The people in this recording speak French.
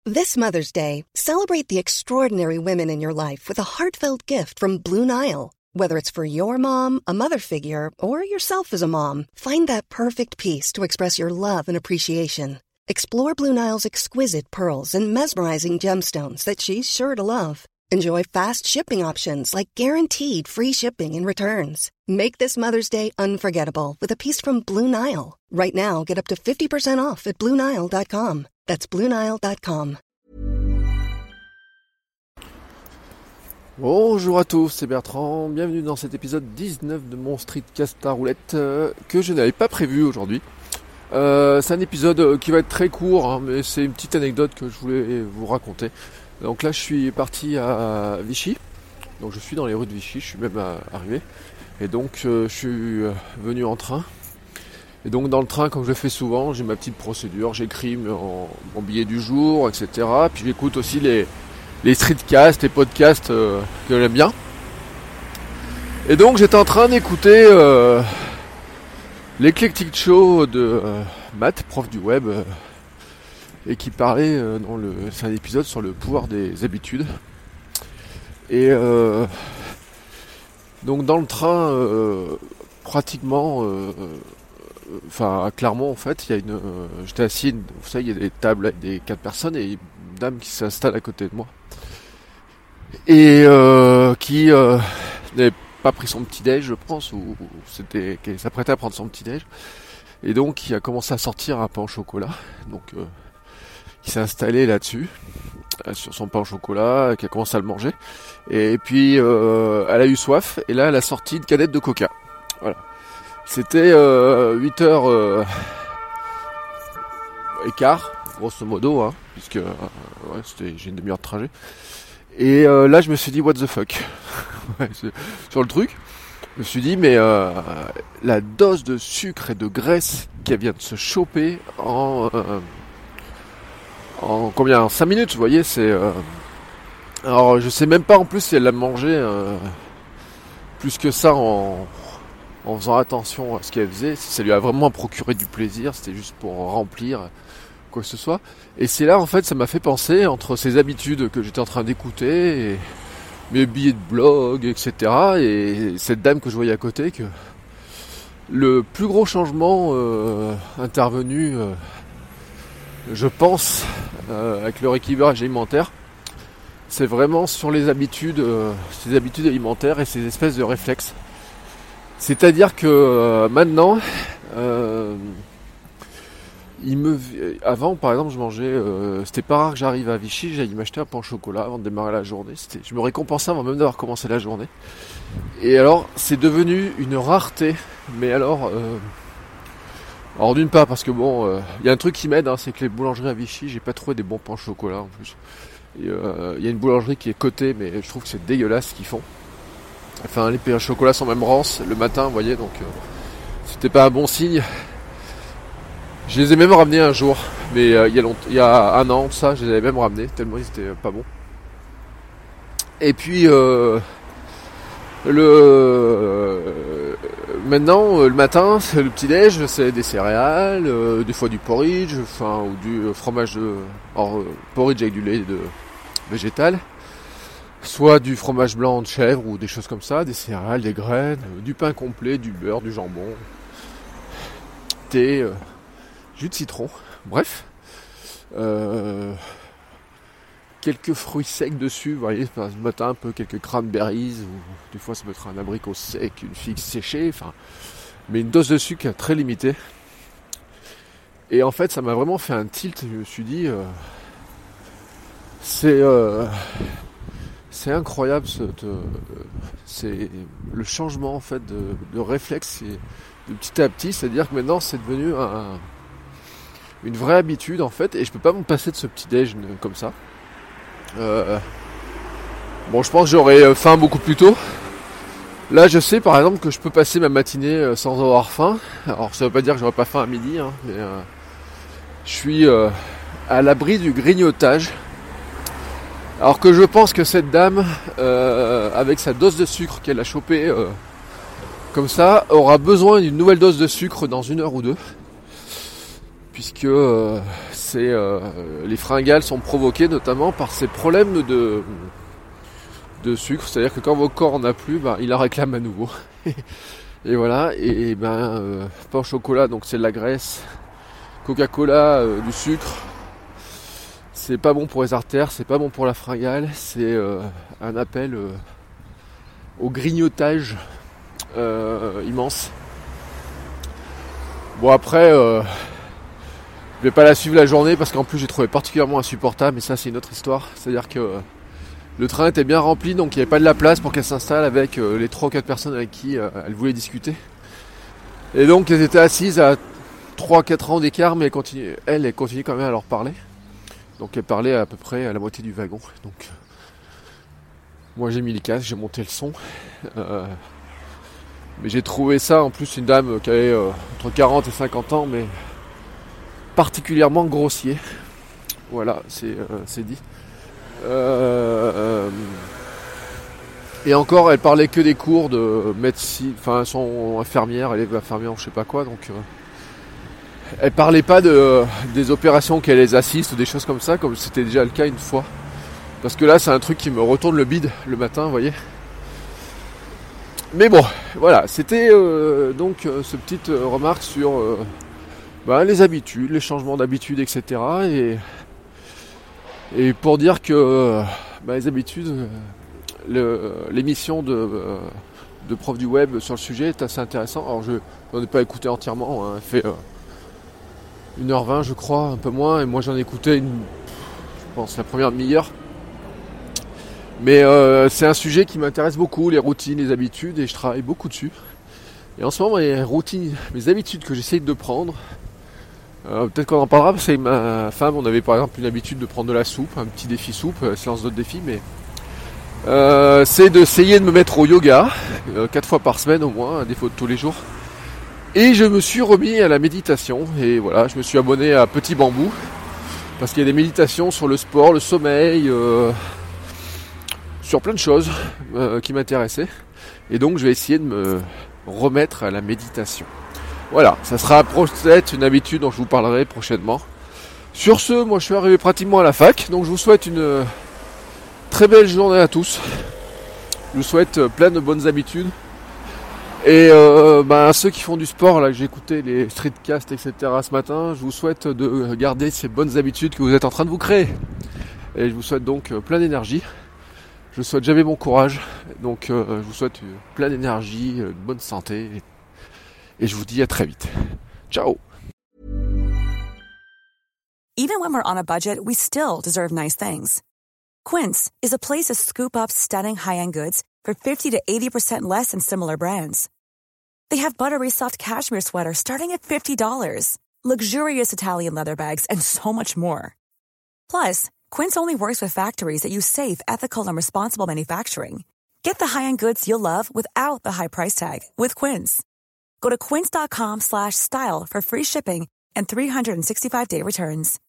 This Mother's Day, celebrate the extraordinary women in your life with a heartfelt gift from Blue Nile. Whether it's for your mom, a mother figure, or yourself as a mom, find that perfect piece to express your love and appreciation. Explore Blue Nile's exquisite pearls and mesmerizing gemstones that she's sure to love. Enjoy fast shipping options like guaranteed free shipping and returns. Make this Mother's Day unforgettable with a piece from Blue Nile. Right now, get up to 50% off at BlueNile.com. That's BlueNile.com. Bonjour à tous, c'est Bertrand, bienvenue dans cet épisode 19 de mon Streetcast à roulette que je n'avais pas prévu aujourd'hui. C'est un épisode qui va être très court, hein, mais c'est une petite anecdote que je voulais vous raconter. Donc là je suis parti à Vichy, donc je suis dans les rues de Vichy, je suis même arrivé. Et donc je suis venu en train. Et donc dans le train, comme je le fais souvent, j'ai ma petite procédure, j'écris mon billet du jour, etc. Puis j'écoute aussi les streetcasts, les podcasts que j'aime bien. Et donc j'étais en train d'écouter l'Eclectic Show de Matt, prof du web, et qui parlait c'est un épisode sur le pouvoir des habitudes. Et donc dans le train, pratiquement, clairement en fait, il y a j'étais assis, vous savez, il y a des tables avec des 4 personnes et une dame qui s'installe à côté de moi. Et qui n'avait pas pris son petit-déj, je pense, ou qu'elle s'apprêtait à prendre son petit-déj. Et donc, qui a commencé à sortir un pain au chocolat. Donc, qui s'est installé là-dessus, sur son pain au chocolat, qui a commencé à le manger. Et puis, elle a eu soif, et là, elle a sorti une canette de coca. Voilà. C'était 8h écart, grosso modo, hein, puisque j'ai une demi-heure de trajet. Et là je me suis dit what the fuck sur le truc. Je me suis dit mais la dose de sucre et de graisse qu'elle vient de se choper en 5 minutes, vous voyez, c'est alors je sais même pas en plus si elle l'a mangé plus que ça en faisant attention à ce qu'elle faisait, si ça lui a vraiment procuré du plaisir, c'était juste pour remplir quoi que ce soit. Et c'est là en fait ça m'a fait penser entre ces habitudes que j'étais en train d'écouter et mes billets de blog, etc. et cette dame que je voyais à côté, que le plus gros changement intervenu je pense avec le rééquilibrage alimentaire, c'est vraiment sur les habitudes, ces habitudes alimentaires et ces espèces de réflexes. C'est-à-dire que maintenant avant, par exemple, je mangeais. C'était pas rare que j'arrive à Vichy, j'allais m'acheter un pain au chocolat avant de démarrer la journée. Je me récompensais avant même d'avoir commencé la journée. Et alors, c'est devenu une rareté. Mais alors d'une part, parce que bon, y a un truc qui m'aide, hein, c'est que les boulangeries à Vichy, j'ai pas trouvé des bons pains au chocolat en plus. Il y a une boulangerie qui est cotée, mais je trouve que c'est dégueulasse ce qu'ils font. Enfin, les pains au chocolat sont même rances le matin, vous voyez, donc c'était pas un bon signe. Je les ai même ramenés un jour, mais il y a un an, ça, je les avais même ramenés, tellement ils étaient pas bons. Et puis, maintenant, le matin, c'est le petit-déj, c'est des céréales, des fois du porridge, ou du fromage porridge avec du lait végétal, soit du fromage blanc de chèvre ou des choses comme ça, des céréales, des graines, du pain complet, du beurre, du jambon, thé, jus de citron, bref, quelques fruits secs dessus, vous voyez, ce matin un peu quelques cranberries, ou des fois ça peut être un abricot sec, une figue séchée, mais une dose de sucre très limitée. Et en fait ça m'a vraiment fait un tilt, je me suis dit, c'est incroyable, c'est le changement en fait de réflexe de petit à petit, c'est-à-dire que maintenant c'est devenu une vraie habitude en fait, et je peux pas me passer de ce petit déj comme ça. Bon, je pense que j'aurais faim beaucoup plus tôt. Là, je sais par exemple que je peux passer ma matinée sans avoir faim. Alors, ça veut pas dire que j'aurais pas faim à midi, hein, mais je suis à l'abri du grignotage. Alors que je pense que cette dame, avec sa dose de sucre qu'elle a chopée comme ça, aura besoin d'une nouvelle dose de sucre dans 1 heure ou 2. Puisque les fringales sont provoquées notamment par ces problèmes de sucre, c'est-à-dire que quand votre corps n'a plus, il en réclame à nouveau. Et voilà, et pain au chocolat, donc c'est de la graisse, Coca-Cola, du sucre, c'est pas bon pour les artères, c'est pas bon pour la fringale, c'est un appel au grignotage immense. Bon après, je vais pas la suivre la journée parce qu'en plus j'ai trouvé particulièrement insupportable, mais ça c'est une autre histoire, c'est-à-dire que le train était bien rempli, donc il n'y avait pas de la place pour qu'elle s'installe avec les 3 ou 4 personnes avec qui elle voulait discuter. Et donc elles étaient assises à 3-4 rangs d'écart, mais elle continuait quand même à leur parler. Donc elle parlait à peu près à la moitié du wagon. Donc moi j'ai mis les casques, j'ai monté le son. Mais j'ai trouvé ça, en plus une dame qui avait entre 40 et 50 ans, mais particulièrement grossier. Voilà, c'est dit. Et encore, elle parlait que des cours de médecine, enfin, son infirmière, elle est infirmière ou je sais pas quoi, donc elle parlait pas des opérations qu'elle les assiste ou des choses comme ça, comme c'était déjà le cas une fois. Parce que là, c'est un truc qui me retourne le bide le matin, vous voyez. Mais bon, voilà, c'était donc ce petite remarque sur les habitudes, les changements d'habitudes, etc. Et pour dire que les habitudes, l'émission de Prof du Web sur le sujet est assez intéressant. Alors je n'en ai pas écouté entièrement, hein, elle fait 1h20 je crois, un peu moins, et moi j'en ai écouté je pense la première demi-heure. Mais c'est un sujet qui m'intéresse beaucoup, les routines, les habitudes, et je travaille beaucoup dessus. Et en ce moment, mes habitudes que j'essaye de prendre, peut-être qu'on en parlera, parce qu'avec ma femme, on avait par exemple une habitude de prendre de la soupe, un petit défi soupe, séance d'autres défis, mais c'est d'essayer de me mettre au yoga, 4 fois par semaine au moins, à défaut de tous les jours. Et je me suis remis à la méditation, et voilà, je me suis abonné à Petit Bambou, parce qu'il y a des méditations sur le sport, le sommeil, sur plein de choses qui m'intéressaient. Et donc je vais essayer de me remettre à la méditation. Voilà, ça sera peut-être une habitude dont je vous parlerai prochainement. Sur ce, moi je suis arrivé pratiquement à la fac, donc je vous souhaite une très belle journée à tous. Je vous souhaite plein de bonnes habitudes. Et ceux qui font du sport, là que j'ai écouté les streetcasts, etc. ce matin, je vous souhaite de garder ces bonnes habitudes que vous êtes en train de vous créer. Et je vous souhaite donc plein d'énergie. Je souhaite jamais bon courage, donc je vous souhaite plein d'énergie, de bonne santé, et je vous dis à très vite. Ciao! Even when we're on a budget, we still deserve nice things. Quince is a place to scoop up stunning high-end goods for 50 to 80% less than similar brands. They have buttery soft cashmere sweaters starting at $50, luxurious Italian leather bags, and so much more. Plus, Quince only works with factories that use safe, ethical, and responsible manufacturing. Get the high-end goods you'll love without the high price tag with Quince. Go to quince.com/style for free shipping and 365-day returns.